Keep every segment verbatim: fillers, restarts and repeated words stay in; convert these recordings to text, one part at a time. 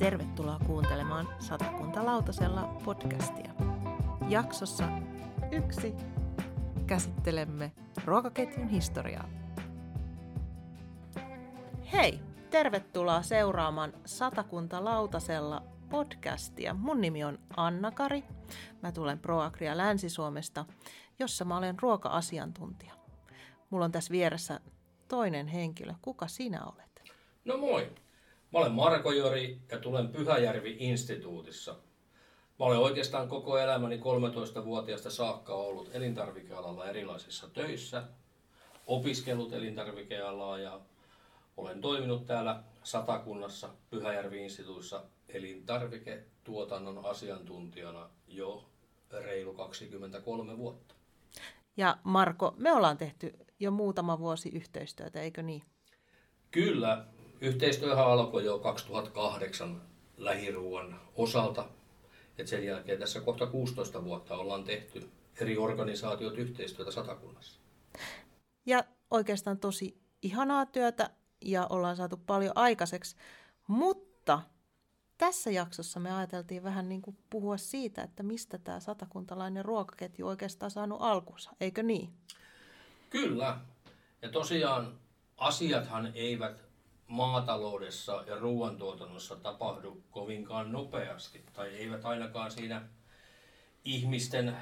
Tervetuloa kuuntelemaan Satakunta lautasella podcastia. Jaksossa yksi käsittelemme ruokaketjun historiaa. Hei, tervetuloa seuraamaan Satakunta lautasella podcastia. Mun nimi on Anna-Kari. Mä tulen ProAgria Länsi-Suomesta, jossa mä olen ruoka-asiantuntija. Mulla on tässä vieressä toinen henkilö. Kuka sinä olet? No moi. Mä olen Marko Jori ja tulen Pyhäjärvi-instituutissa. Mä olen oikeastaan koko elämäni kolmetoistavuotiaasta saakka ollut elintarvikealalla erilaisissa töissä, opiskellut elintarvikealaa ja olen toiminut täällä Satakunnassa Pyhäjärvi-instituutissa elintarviketuotannon asiantuntijana jo reilu kaksikymmentäkolme vuotta. Ja Marko, me ollaan tehty jo muutama vuosi yhteistyötä, eikö niin? Kyllä. Yhteistyöhän alkoi jo kaksituhattakahdeksan lähiruuan osalta. Et sen jälkeen tässä kohta kuusitoista vuotta ollaan tehty eri organisaatiot yhteistyötä Satakunnassa. Ja oikeastaan tosi ihanaa työtä ja ollaan saatu paljon aikaiseksi, mutta tässä jaksossa me ajateltiin vähän niin kuin puhua siitä, että mistä tämä satakuntalainen ruokaketju oikeastaan saanut alkunsa, eikö niin? Kyllä. Ja tosiaan asiathan eivät maataloudessa ja ruoantuotannossa tapahdu kovinkaan nopeasti, tai eivät ainakaan siinä ihmisten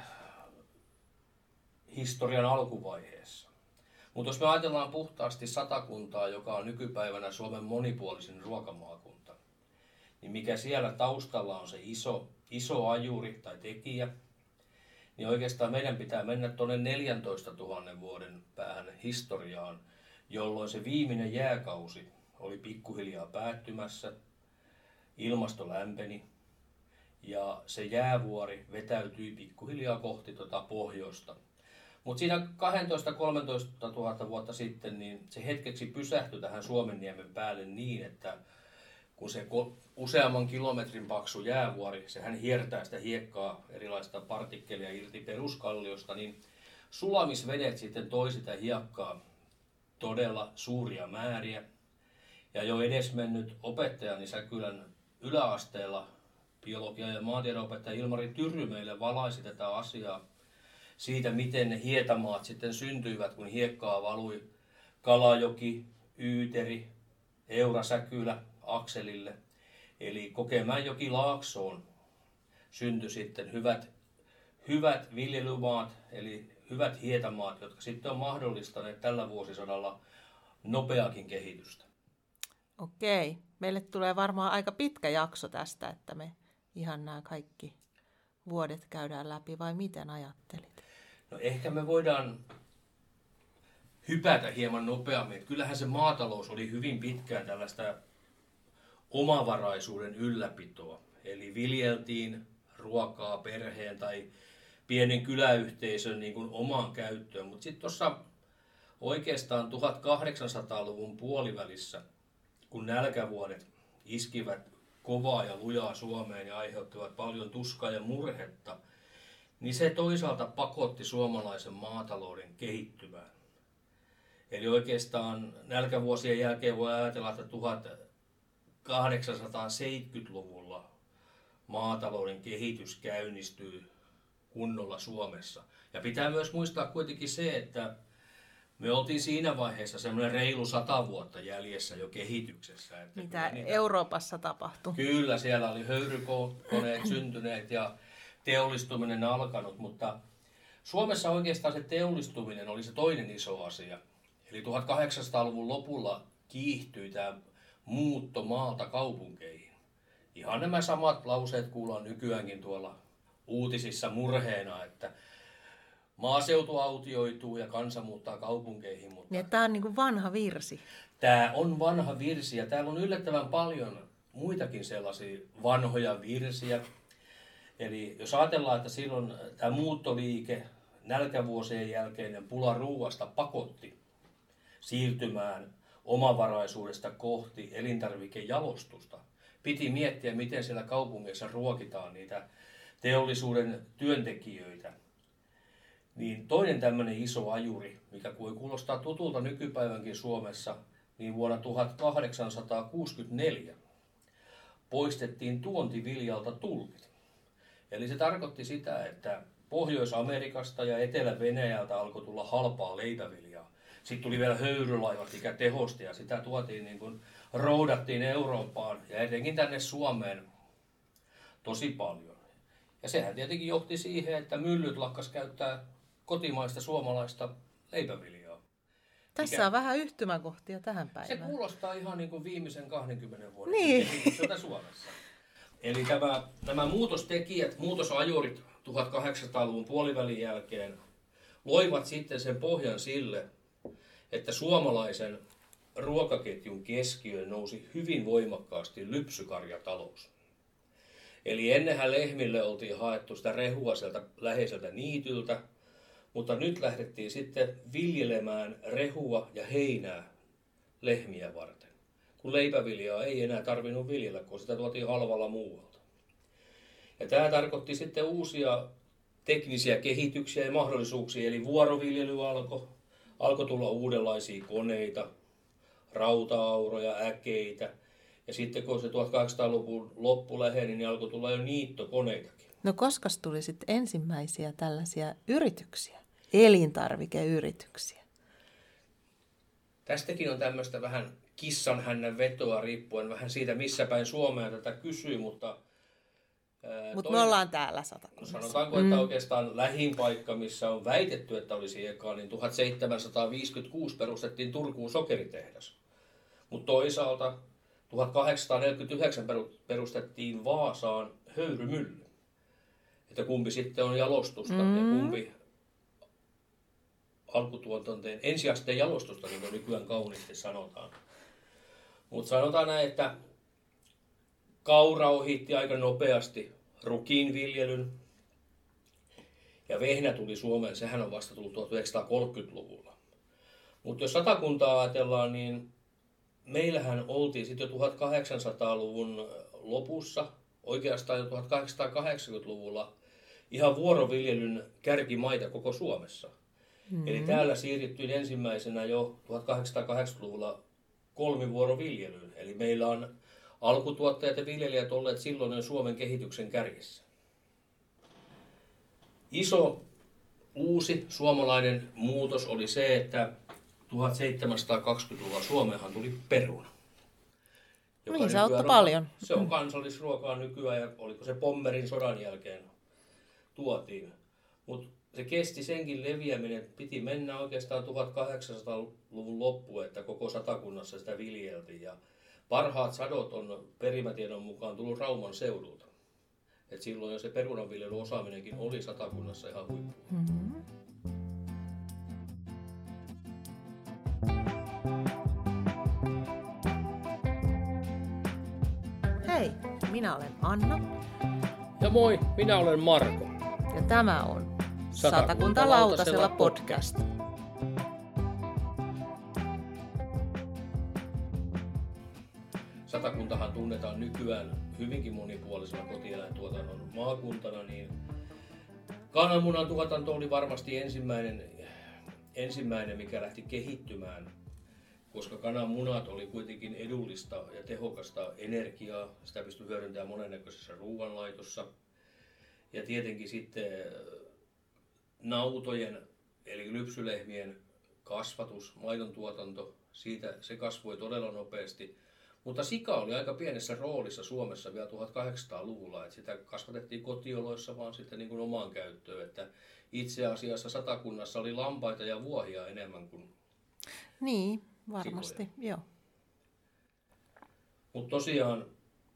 historian alkuvaiheessa. Mutta jos me ajatellaan puhtaasti Satakuntaa, joka on nykypäivänä Suomen monipuolisin ruokamaakunta, niin mikä siellä taustalla on se iso, iso ajuri tai tekijä, niin oikeastaan meidän pitää mennä tuonne neljäntoistatuhannen vuoden päähän historiaan, jolloin se viimeinen jääkausi oli pikkuhiljaa päättymässä, ilmasto lämpeni ja se jäävuori vetäytyi pikkuhiljaa kohti tuota pohjoista. Mutta siinä kaksitoista kolmetoista tuhatta vuotta sitten niin se hetkeksi pysähtyi tähän Suomenniemen päälle niin, että kun se useamman kilometrin paksu jäävuori, sehän hiertää sitä hiekkaa, erilaista partikkelia irti peruskalliosta, niin sulamisvedet sitten toi sitä hiekkaa todella suuria määriä. Ja jo edesmennyt opettajani Säkylän yläasteella, biologia- ja maantiedenopettaja Ilmari Tyrry meille valaisi tätä asiaa siitä, miten ne hietamaat sitten syntyivät, kun hiekkaa valui Kalajoki, Yyteri, Eura-Säkylä akselille. Eli Kokemäenjoki Laaksoon syntyi sitten hyvät, hyvät viljelymaat, eli hyvät hietamaat, jotka sitten on mahdollistaneet tällä vuosisadalla nopeakin kehitystä. Okei. Meille tulee varmaan aika pitkä jakso tästä, että me ihan nämä kaikki vuodet käydään läpi, vai miten ajattelit? No ehkä me voidaan hypätä hieman nopeammin. Kyllähän se maatalous oli hyvin pitkään tällaista omavaraisuuden ylläpitoa. Eli viljeltiin ruokaa perheen tai pienen kyläyhteisön niin kuin omaan käyttöön. Mutta sitten tuossa oikeastaan tuhatkahdeksansataaluvun puolivälissä, kun nälkävuodet iskivät kovaa ja lujaa Suomeen ja aiheuttivat paljon tuskaa ja murhetta, niin se toisaalta pakotti suomalaisen maatalouden kehittymään. Eli oikeastaan nälkävuosien jälkeen voi ajatella, että tuhatkahdeksansataaseitsemänkymmentäluvulla maatalouden kehitys käynnistyy kunnolla Suomessa. Ja pitää myös muistaa kuitenkin se, että me oltiin siinä vaiheessa semmoinen reilu sata vuotta jäljessä jo kehityksessä. Että Mitä niitä... Euroopassa tapahtui? Kyllä, siellä oli höyrykoneet syntyneet ja teollistuminen alkanut, mutta Suomessa oikeastaan se teollistuminen oli se toinen iso asia. Eli tuhatkahdeksansataaluvun lopulla kiihtyi tämä muutto maalta kaupunkeihin. Ihan nämä samat lauseet kuullaan nykyäänkin tuolla uutisissa murheena, että maaseutu autioituu ja kansa muuttaa kaupunkeihin. Mutta niin, tämä on niin kuin vanha virsi. Tämä on vanha virsi ja täällä on yllättävän paljon muitakin sellaisia vanhoja virsiä. Eli jos ajatellaan, että silloin tämä muuttoliike nälkävuosien jälkeinen pula ruuasta pakotti siirtymään omavaraisuudesta kohti elintarvikejalostusta. Piti miettiä, miten siellä kaupungeissa ruokitaan niitä teollisuuden työntekijöitä. Niin toinen tämmöinen iso ajuri, mikä voi kuulostaa tutulta nykypäivänkin Suomessa, niin vuonna tuhatkahdeksansataakuusikymmentäneljä poistettiin tuontiviljalta tullit. Eli se tarkoitti sitä, että Pohjois-Amerikasta ja Etelä-Venäjältä alkoi tulla halpaa leipäviljaa. Sitten tuli vielä höyrylaivat, mikä tehosti, ja sitä tuotiin niin kuin roudattiin Eurooppaan ja etenkin tänne Suomeen tosi paljon. Ja sehän tietenkin johti siihen, että myllyt lakkas käyttää kotimaista suomalaista leipäviljaa. Tässä Mikä, on vähän yhtymäkohtia tähän päivään. se kuulostaa ihan niin kuin viimeisen kahdenkymmenen vuoden niin. kehitykseltä Suomessa. Eli tämä, nämä muutostekijät, muutosajurit tuhatkahdeksansataaluvun puolivälin jälkeen loivat sitten sen pohjan sille, että suomalaisen ruokaketjun keskiöön nousi hyvin voimakkaasti lypsykarjatalous. Eli ennenhän lehmille oltiin haettu sitä rehua sieltä läheiseltä niityltä, mutta nyt lähdettiin sitten viljelemään rehua ja heinää lehmiä varten. Kun leipäviljaa ei enää tarvinnut viljellä, kun sitä tuotiin halvalla muualta. Ja tämä tarkoitti sitten uusia teknisiä kehityksiä ja mahdollisuuksia, eli vuoroviljely alkoi. Alkoi tulla uudenlaisia koneita, rauta-auroja, äkeitä. Ja sitten kun se tuhatkahdeksansataaluvun loppu läheni, niin alkoi tulla jo niittokoneitakin. No koska tuli sitten ensimmäisiä tällaisia yrityksiä, elintarvikeyrityksiä? Tästäkin on tämmöistä vähän kissanhännän vetoa riippuen vähän siitä, missä päin Suomea tätä kysyy, mutta... Mutta me ollaan täällä Satakunnassa. Sanotaanko, että oikeastaan lähin paikka, missä on väitetty, että olisi eka, niin tuhatseitsemänsataaviisikymmentäkuusi perustettiin Turkuun sokeritehdas. Mutta toisaalta tuhatkahdeksansataaneljäkymmentäyhdeksän perustettiin Vaasaan höyrymylly. Että kumpi sitten on jalostusta mm. ja kumpi alkutuotantojen ensiasteen jalostusta, niin kuin nykyään kauniisti sanotaan. Mutta sanotaan näin, että kaura ohitti aika nopeasti rukiinviljelyn ja vehnä tuli Suomeen, sehän on vasta tullut tuhatyhdeksänsataakolmekymmentäluvulla. Mutta jos Satakuntaa ajatellaan, niin meillähän oltiin sitten jo tuhatkahdeksansataaluvun lopussa, oikeastaan jo tuhatkahdeksansataakahdeksankymmentäluvulla, ihan vuoroviljelyn kärkimaita koko Suomessa. Mm-hmm. Eli täällä siirryttiin ensimmäisenä jo tuhatkahdeksansataakahdeksankymmentäluvulla kolmivuoroviljelyyn. Eli meillä on alkutuottajat ja viljelijät olleet silloin jo Suomen kehityksen kärjessä. Iso uusi suomalainen muutos oli se, että tuhatseitsemänsataakaksikymmentäluvulla Suomeenhan tuli peruna. Niin, se auttoi paljon. Se on kansallisruokaa nykyään ja oliko se Pommerin sodan jälkeen tuotiin. Mutta se kesti senkin leviäminen, piti mennä oikeastaan tuhatkahdeksansataaluvun loppuun, että koko Satakunnassa sitä viljeltiin. Ja parhaat sadot on perimätiedon mukaan tullut Rauman seudulta. Et silloin jo se perunanviljelyn osaaminenkin oli Satakunnassa ihan huippu. Mm-hmm. Hei, minä olen Anna. Ja moi, minä olen Marko. Ja tämä on Satakunta Lautasella podcast. Satakuntahan tunnetaan nykyään hyvinkin monipuolisena kotieläintuotannon maakuntana, niin kananmunan tuotanto oli varmasti ensimmäinen, ensimmäinen, mikä lähti kehittymään, koska kananmunat oli kuitenkin edullista ja tehokasta energiaa, sitä pystyi hyödyntämään monennäköisessä ruoanlaitossa. Ja tietenkin sitten nautojen eli lypsylehmien kasvatus, maidon tuotanto, siitä se kasvoi todella nopeasti. Mutta sika oli aika pienessä roolissa Suomessa vielä tuhatkahdeksansataaluvulla, että sitä kasvatettiin kotioloissa vaan sitten niin kuin omaan käyttöön. Että itse asiassa Satakunnassa oli lampaita ja vuohia enemmän kuin niin, varmasti, sikoja. Joo. Mutta tosiaan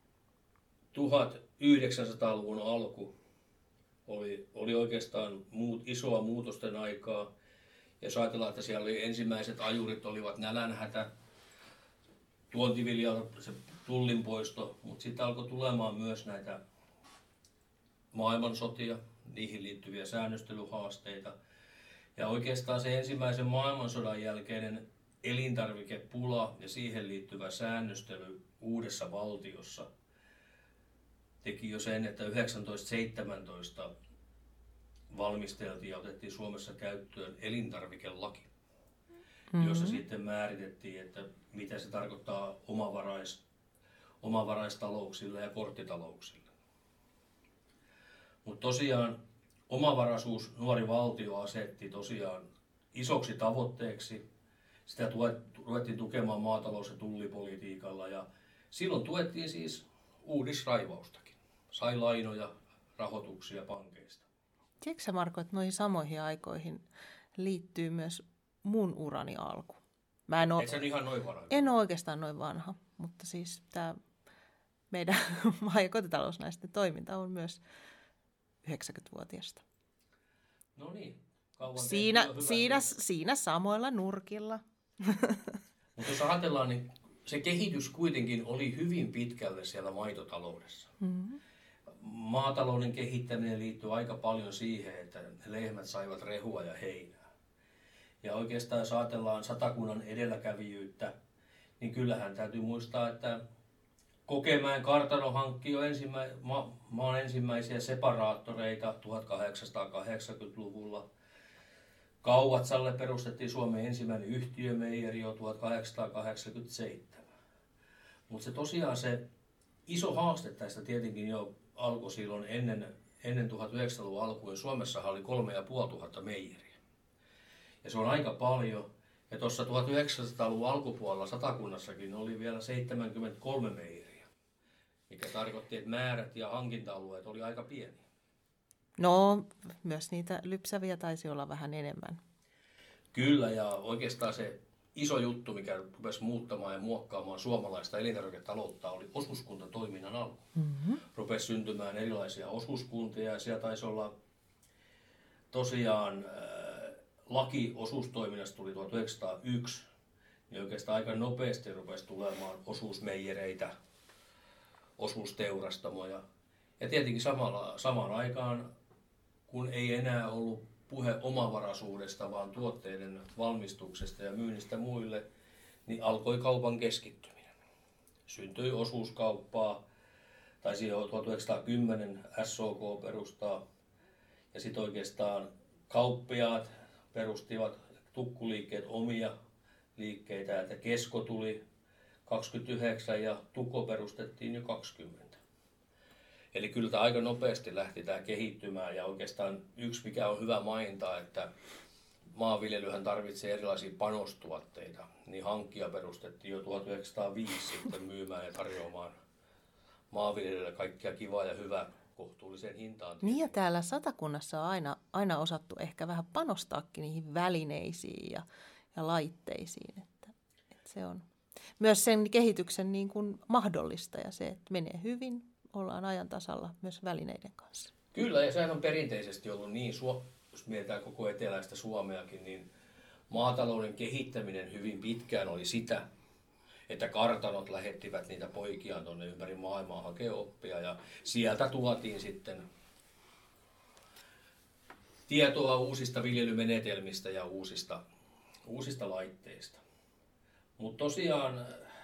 tuhatyhdeksänsataaluvun alku oli, oli oikeastaan muut, isoa muutosten aikaa. Jos ajatellaan, että siellä oli ensimmäiset ajurit olivat nälänhätä, tuontivilja, se tullin poisto, mutta sitten alkoi tulemaan myös näitä maailmansotia, niihin liittyviä säännöstelyhaasteita. Ja oikeastaan se ensimmäisen maailmansodan jälkeinen elintarvikepula ja siihen liittyvä säännöstely uudessa valtiossa teki jo sen, että yhdeksäntoistaseitsemäntoista valmisteltiin ja otettiin Suomessa käyttöön elintarvikelaki, mm-hmm. jossa sitten määritettiin, että mitä se tarkoittaa omavarais, omavaraistalouksille ja korttitalouksille. Mutta tosiaan omavaraisuus nuori valtio asetti tosiaan isoksi tavoitteeksi. Sitä ruvettiin tukemaan maatalous- ja tullipolitiikalla ja silloin tuettiin siis uudisraivaustakin. Sai lainoja, rahoituksia pankeista. Tiedätkö sä, Marko, että noihin samoihin aikoihin liittyy myös mun urani alku? Mä en ole, Et sä ihan noin vanha? En ole oikeastaan noin vanha, mutta siis tämä meidän maa- ja kotitalousnaisten toiminta on myös yhdeksänkymmentävuotiaasta. No niin. Kauan Siinä, siinä, siinä samoilla nurkilla. Mutta jos ajatellaan, niin se kehitys kuitenkin oli hyvin pitkälle siellä maitotaloudessa. Mm-hmm. Maatalouden kehittäminen liittyy aika paljon siihen, että lehmät saivat rehua ja heinää. Ja oikeastaan jos ajatellaan Satakunnan edelläkävijyyttä, niin kyllähän täytyy muistaa, että Kokemäen kartano hankki jo ensimmä, ma, maan ensimmäisiä separaattoreita tuhatkahdeksansataakahdeksankymmentäluvulla. Kauvatsalle perustettiin Suomen ensimmäinen yhtiömeijeri jo tuhatkahdeksansataakahdeksankymmentäseitsemän. Mutta se tosiaan se iso haaste tästä tietenkin jo alkoi silloin ennen, ennen tuhatyhdeksänsataaluvun alkuun. Suomessahan oli kolme ja puoli tuhatta meijeriä. Ja se on aika paljon. Ja tuossa tuhatyhdeksänsataaluvun alkupuolella Satakunnassakin oli vielä seitsemänkymmentäkolme meijeriä, mikä tarkoitti, että määrät ja hankinta-alueet oli aika pieniä. No, myös niitä lypsäviä taisi olla vähän enemmän. Kyllä, ja oikeastaan se iso juttu, mikä rupesi muuttamaan ja muokkaamaan suomalaista elintarviketaloutta, oli osuuskuntatoiminnan alku. Mm-hmm. Rupesi syntymään erilaisia osuuskuntia, ja siellä taisi olla tosiaan äh, laki osuustoiminnasta tuli tuhatyhdeksänsataayksi, niin oikeastaan aika nopeasti rupesi tulemaan osuusmeijereitä, osuusteurastamoja. Ja tietenkin samalla, samaan aikaan, kun ei enää ollut puhe omavaraisuudesta, vaan tuotteiden valmistuksesta ja myynnistä muille, niin alkoi kaupan keskittyminen. Syntyi osuuskauppaa, taisi jo tuhatyhdeksänsataakymmenen S O K perustaa, ja sitten oikeastaan kauppiaat perustivat tukkuliikkeet omia liikkeitä, että Kesko tuli kaksikymmentäyhdeksän ja Tuko perustettiin jo kaksikymmentä. Eli kyllä tämä aika nopeasti lähti tämä kehittymään ja oikeastaan yksi mikä on hyvä mainita, että maanviljelyhän tarvitsee erilaisia panostuotteita, niin hankkija perustettiin jo tuhatyhdeksänsataaviisi sitten myymään ja tarjoamaan maanviljelijöille kaikkia kivaa ja hyvää kohtuulliseen hintaan. Niin ja täällä Satakunnassa on aina, aina osattu ehkä vähän panostaakin niihin välineisiin ja, ja laitteisiin, että, että se on myös sen kehityksen niin kuin mahdollista ja se, että menee hyvin. Ollaan ajan tasalla myös välineiden kanssa. Kyllä, ja sehän on perinteisesti ollut niin, jos mietitään koko eteläistä Suomeakin, niin maatalouden kehittäminen hyvin pitkään oli sitä, että kartanot lähettivät niitä poikiaan tuonne ympäri maailmaa hakemaan oppia, ja sieltä tuotiin sitten tietoa uusista viljelymenetelmistä ja uusista, uusista laitteista. Mutta tosiaan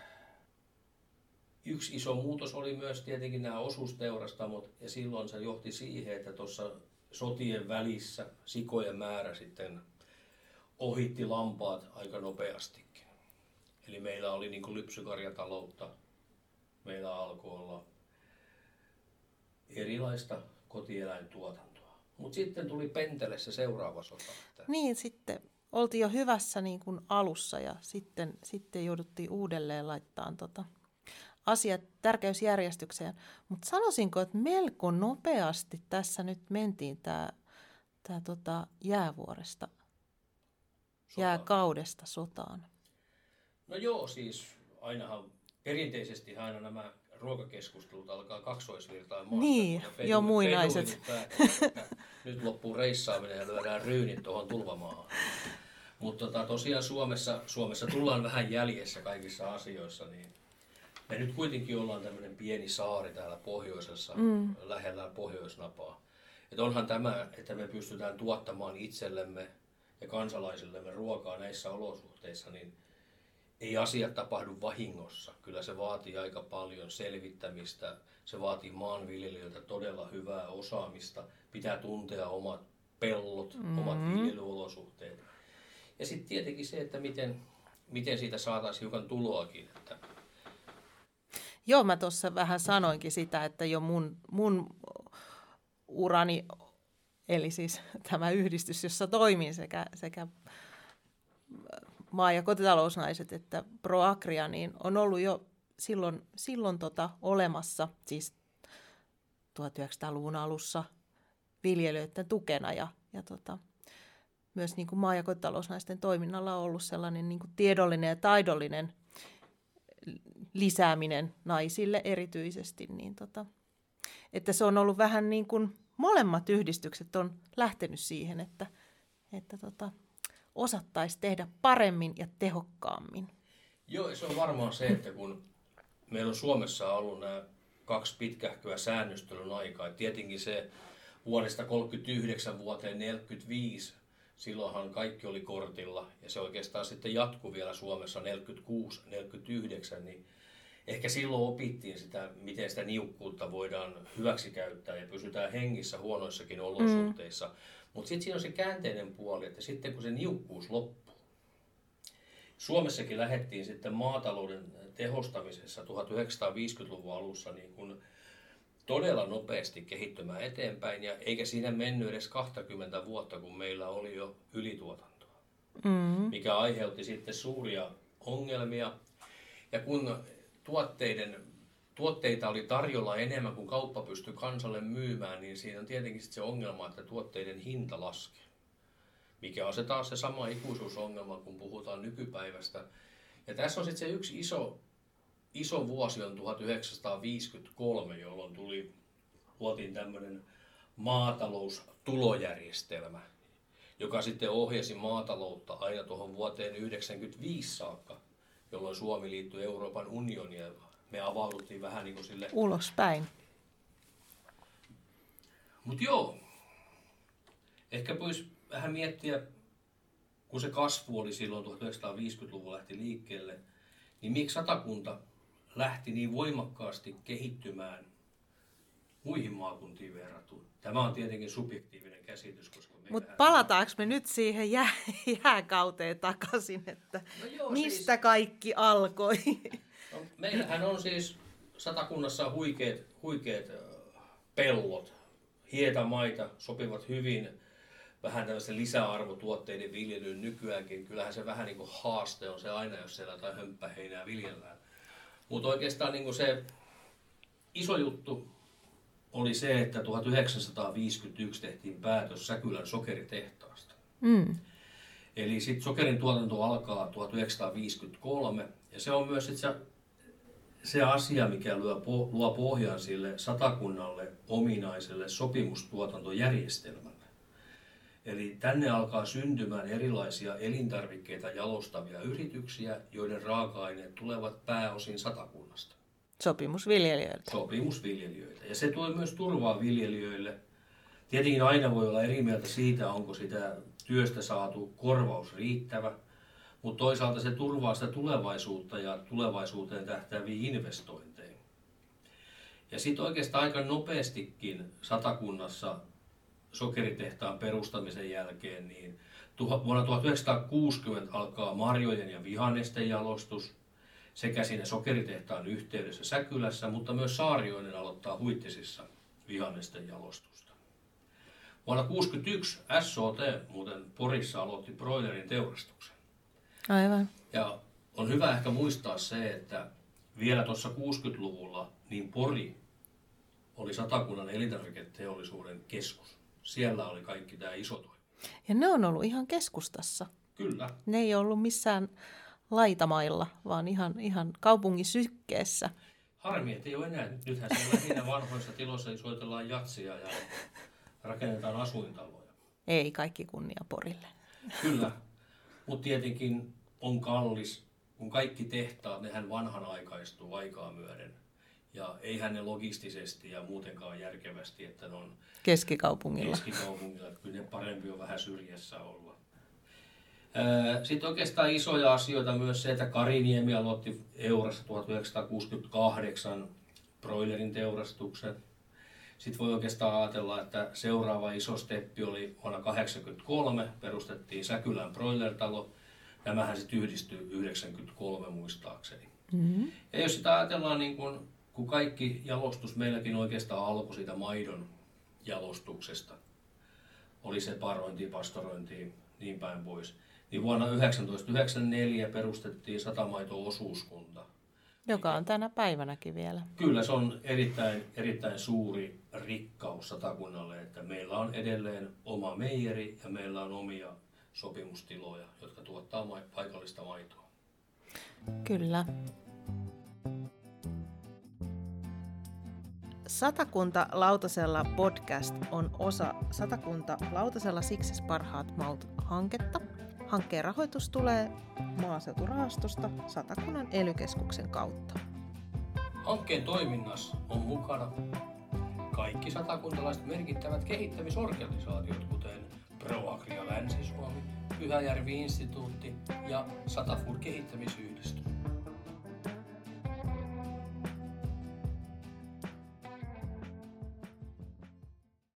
yksi iso muutos oli myös tietenkin nämä osuusteurastamot, ja silloin se johti siihen, että tuossa sotien välissä sikojen määrä sitten ohitti lampaat aika nopeastikin. Eli meillä oli niin kuin lypsykarjataloutta, meillä alkoi olla erilaista kotieläintuotantoa. Mutta sitten tuli Pentele se seuraava sota. Että niin, sitten oltiin jo hyvässä niin kuin alussa ja sitten, sitten jouduttiin uudelleen laittamaan tota asiat tärkeysjärjestykseen. Mutta sanoisinko, että melko nopeasti tässä nyt mentiin tää, tää tota jäävuoresta, sotaan. jääkaudesta sotaan. No joo, siis ainahan perinteisesti aina nämä ruokakeskustelut alkaa kaksoisvirtaan maasta. Niin, fedu, jo muinaiset. Päätä, nyt loppuu reissaaminen ja lyödään ryynit tuohon tulvamaahan. Mutta tota, tosiaan Suomessa, Suomessa tullaan vähän jäljessä kaikissa asioissa, niin me nyt kuitenkin ollaan tämmöinen pieni saari täällä pohjoisessa, mm. lähellä pohjoisnapaa. Et onhan tämä, että me pystytään tuottamaan itsellemme ja kansalaisillemme ruokaa näissä olosuhteissa, niin ei asiat tapahdu vahingossa. Kyllä se vaatii aika paljon selvittämistä, se vaatii maanviljelijöiltä todella hyvää osaamista, pitää tuntea omat pellot, mm. omat viljelyolosuhteet. Ja sitten tietenkin se, että miten, miten siitä saataisiin hiukan tuloakin. Että Joo, mä tuossa vähän sanoinkin sitä, että jo mun, mun urani, eli siis tämä yhdistys, jossa toimin sekä, sekä maa- ja kotitalousnaiset että Proagria, niin on ollut jo silloin, silloin tota olemassa, siis tuhatyhdeksänsataaluvun alussa viljelijöiden tukena ja, ja tota, myös niin kuin maa- ja kotitalousnaisten toiminnalla on ollut sellainen niin kuin tiedollinen ja taidollinen lisääminen naisille erityisesti, niin tota, että se on ollut vähän niin kuin molemmat yhdistykset on lähtenyt siihen, että, että tota, osattaisi tehdä paremmin ja tehokkaammin. Joo, se on varmaan se, että kun meillä on Suomessa ollut nämä kaksi pitkähköä säännöstelyn aikaa, tietenkin se vuodesta kolmekymmentäyhdeksän vuoteen neljäkymmentäviisi, silloinhan kaikki oli kortilla ja se oikeastaan sitten jatkui vielä Suomessa neljäkymmentäkuusi neljäkymmentäyhdeksän, niin ehkä silloin opittiin sitä, miten sitä niukkuutta voidaan hyväksikäyttää ja pysytään hengissä huonoissakin olosuhteissa. Mm. Mutta sitten siinä on se käänteinen puoli, että sitten kun se niukkuus loppuu. Suomessakin lähdettiin sitten maatalouden tehostamisessa tuhatyhdeksänsataaviisikymmentäluvun alussa niin kun todella nopeasti kehittymään eteenpäin, ja eikä siinä mennyt edes kaksikymmentä vuotta, kun meillä oli jo ylituotantoa, mm-hmm. mikä aiheutti sitten suuria ongelmia. Ja kun tuotteiden, tuotteita oli tarjolla enemmän kuin kauppa pystyi kansalle myymään, niin siinä on tietenkin sitten se ongelma, että tuotteiden hinta laskee. Mikä on se taas se sama ikuisuusongelma, kun puhutaan nykypäivästä. Ja tässä on sitten se yksi iso, iso vuosi on tuhatyhdeksänsataaviisikymmentäkolme, jolloin tuli, luotiin tämmöinen maataloustulojärjestelmä, joka sitten ohjasi maataloutta aina tuohon vuoteen yhdeksänkymmentäviisi saakka, jolloin Suomi liittyi Euroopan unioniin ja me avauduttiin vähän niin kuin sille ulospäin. Mutta joo, ehkä voisi vähän miettiä, kun se kasvu oli silloin tuhatyhdeksänsataaviisikymmentäluvun lähti liikkeelle, niin miksi Satakunta lähti niin voimakkaasti kehittymään muihin maakuntiin verrattuna? Tämä on tietenkin subjektiivinen käsitys. Mutta palataanko me nyt siihen jää, jääkauteen takaisin, että no joo, mistä siis kaikki alkoi? No, meillähän on siis Satakunnassa huikeat, huikeat pellot, hietamaita, sopivat hyvin vähän tällaisen lisäarvotuotteiden viljelyyn nykyäänkin. Kyllähän se vähän niin kuin haaste on se aina, jos siellä jotain hömppäheinää viljellään. Mutta oikeastaan niin kuin se iso juttu oli se, että tuhatyhdeksänsataaviisikymmentäyksi tehtiin päätös Säkylän sokeritehtaasta. Mm. Eli sitten sokerin tuotanto alkaa tuhatyhdeksänsataaviisikymmentäkolme, ja se on myös sit se, se asia, mikä luo, luo pohjan sille Satakunnalle ominaiselle sopimustuotantojärjestelmälle. Eli tänne alkaa syntymään erilaisia elintarvikkeita jalostavia yrityksiä, joiden raaka-aineet tulevat pääosin Satakunnasta. Sopimusviljelijöiltä. Sopimusviljelijöitä. Ja se tuo myös turvaa viljelijöille. Tietenkin aina voi olla eri mieltä siitä, onko sitä työstä saatu korvaus riittävä, mutta toisaalta se turvaa sitä tulevaisuutta ja tulevaisuuteen tähtääviä investointeja. Ja sitten oikeastaan aika nopeastikin Satakunnassa sokeritehtaan perustamisen jälkeen, niin vuonna tuhatyhdeksänsataakuusikymmentä alkaa marjojen ja vihannesten jalostus sekä siinä sokeritehtaan yhteydessä Säkylässä, mutta myös Saarioinen aloittaa Huittisissa vihannesten jalostusta. Vuonna tuhatyhdeksänsataakuusikymmentäyksi S O T muuten Porissa aloitti broilerin teurastuksen. Aivan. Ja on hyvä ehkä muistaa se, että vielä tuossa kuusikymmentäluvulla niin Pori oli Satakunnan elintarviketeollisuuden keskus. Siellä oli kaikki tämä iso toimi. Ja ne on ollut ihan keskustassa. Kyllä. Ne ei ollut missään laitamailla, vaan ihan, ihan kaupungin sykkeessä. Harmi, että ei ole enää. Nythän siellä lähinnä vanhoissa tiloissa soitellaan jatsia ja rakennetaan asuintaloja. Ei kaikki kunnia Porille. Kyllä, mutta tietenkin on kallis, kun kaikki tehtaat, nehän vanhanaikaistuu aikaa myöden. Ja eihän ne logistisesti ja muutenkaan järkevästi, että ne on keskikaupungilla. Keskikaupungilla, kyllä ne parempi on vähän syrjässä olla. Sitten oikeastaan isoja asioita myös se, että Kariniemi aloitti Eurassa tuhatyhdeksänsataakuusikymmentäkahdeksan broilerin teurastuksen. Sitten voi oikeastaan ajatella, että seuraava iso steppi oli vuonna tuhatyhdeksänsataakahdeksankymmentäkolme, perustettiin Säkylän broilertalo. Tämähän sitten yhdistyi yhdeksänkymmentäkolme muistaakseni. Mm-hmm. Ja jos sitä ajatellaan, niin kun, kun kaikki jalostus meilläkin oikeastaan alkoi siitä maidon jalostuksesta, oli separointi, pastorointi, niin päin pois, niin vuonna yhdeksäntoistasataayhdeksänkymmentäneljä perustettiin Satamaito-osuuskunta. Joka on tänä päivänäkin vielä. Kyllä se on erittäin, erittäin suuri rikkaus Satakunnalle, että meillä on edelleen oma meijeri ja meillä on omia sopimustiloja, jotka tuottaa paikallista maitoa. Kyllä. Satakunta lautasella podcast on osa Satakunta lautasella Sikses parhaat maut -hanketta. Hankkeen rahoitus tulee maaseuturahastosta Satakunnan ely-keskuksen kautta. Hankkeen toiminnassa on mukana kaikki satakuntalaiset merkittävät kehittämisorganisaatiot, kuten ProAgria Länsi-Suomi, Pyhäjärvi-instituutti ja Satafood-kehittämisyhdistys.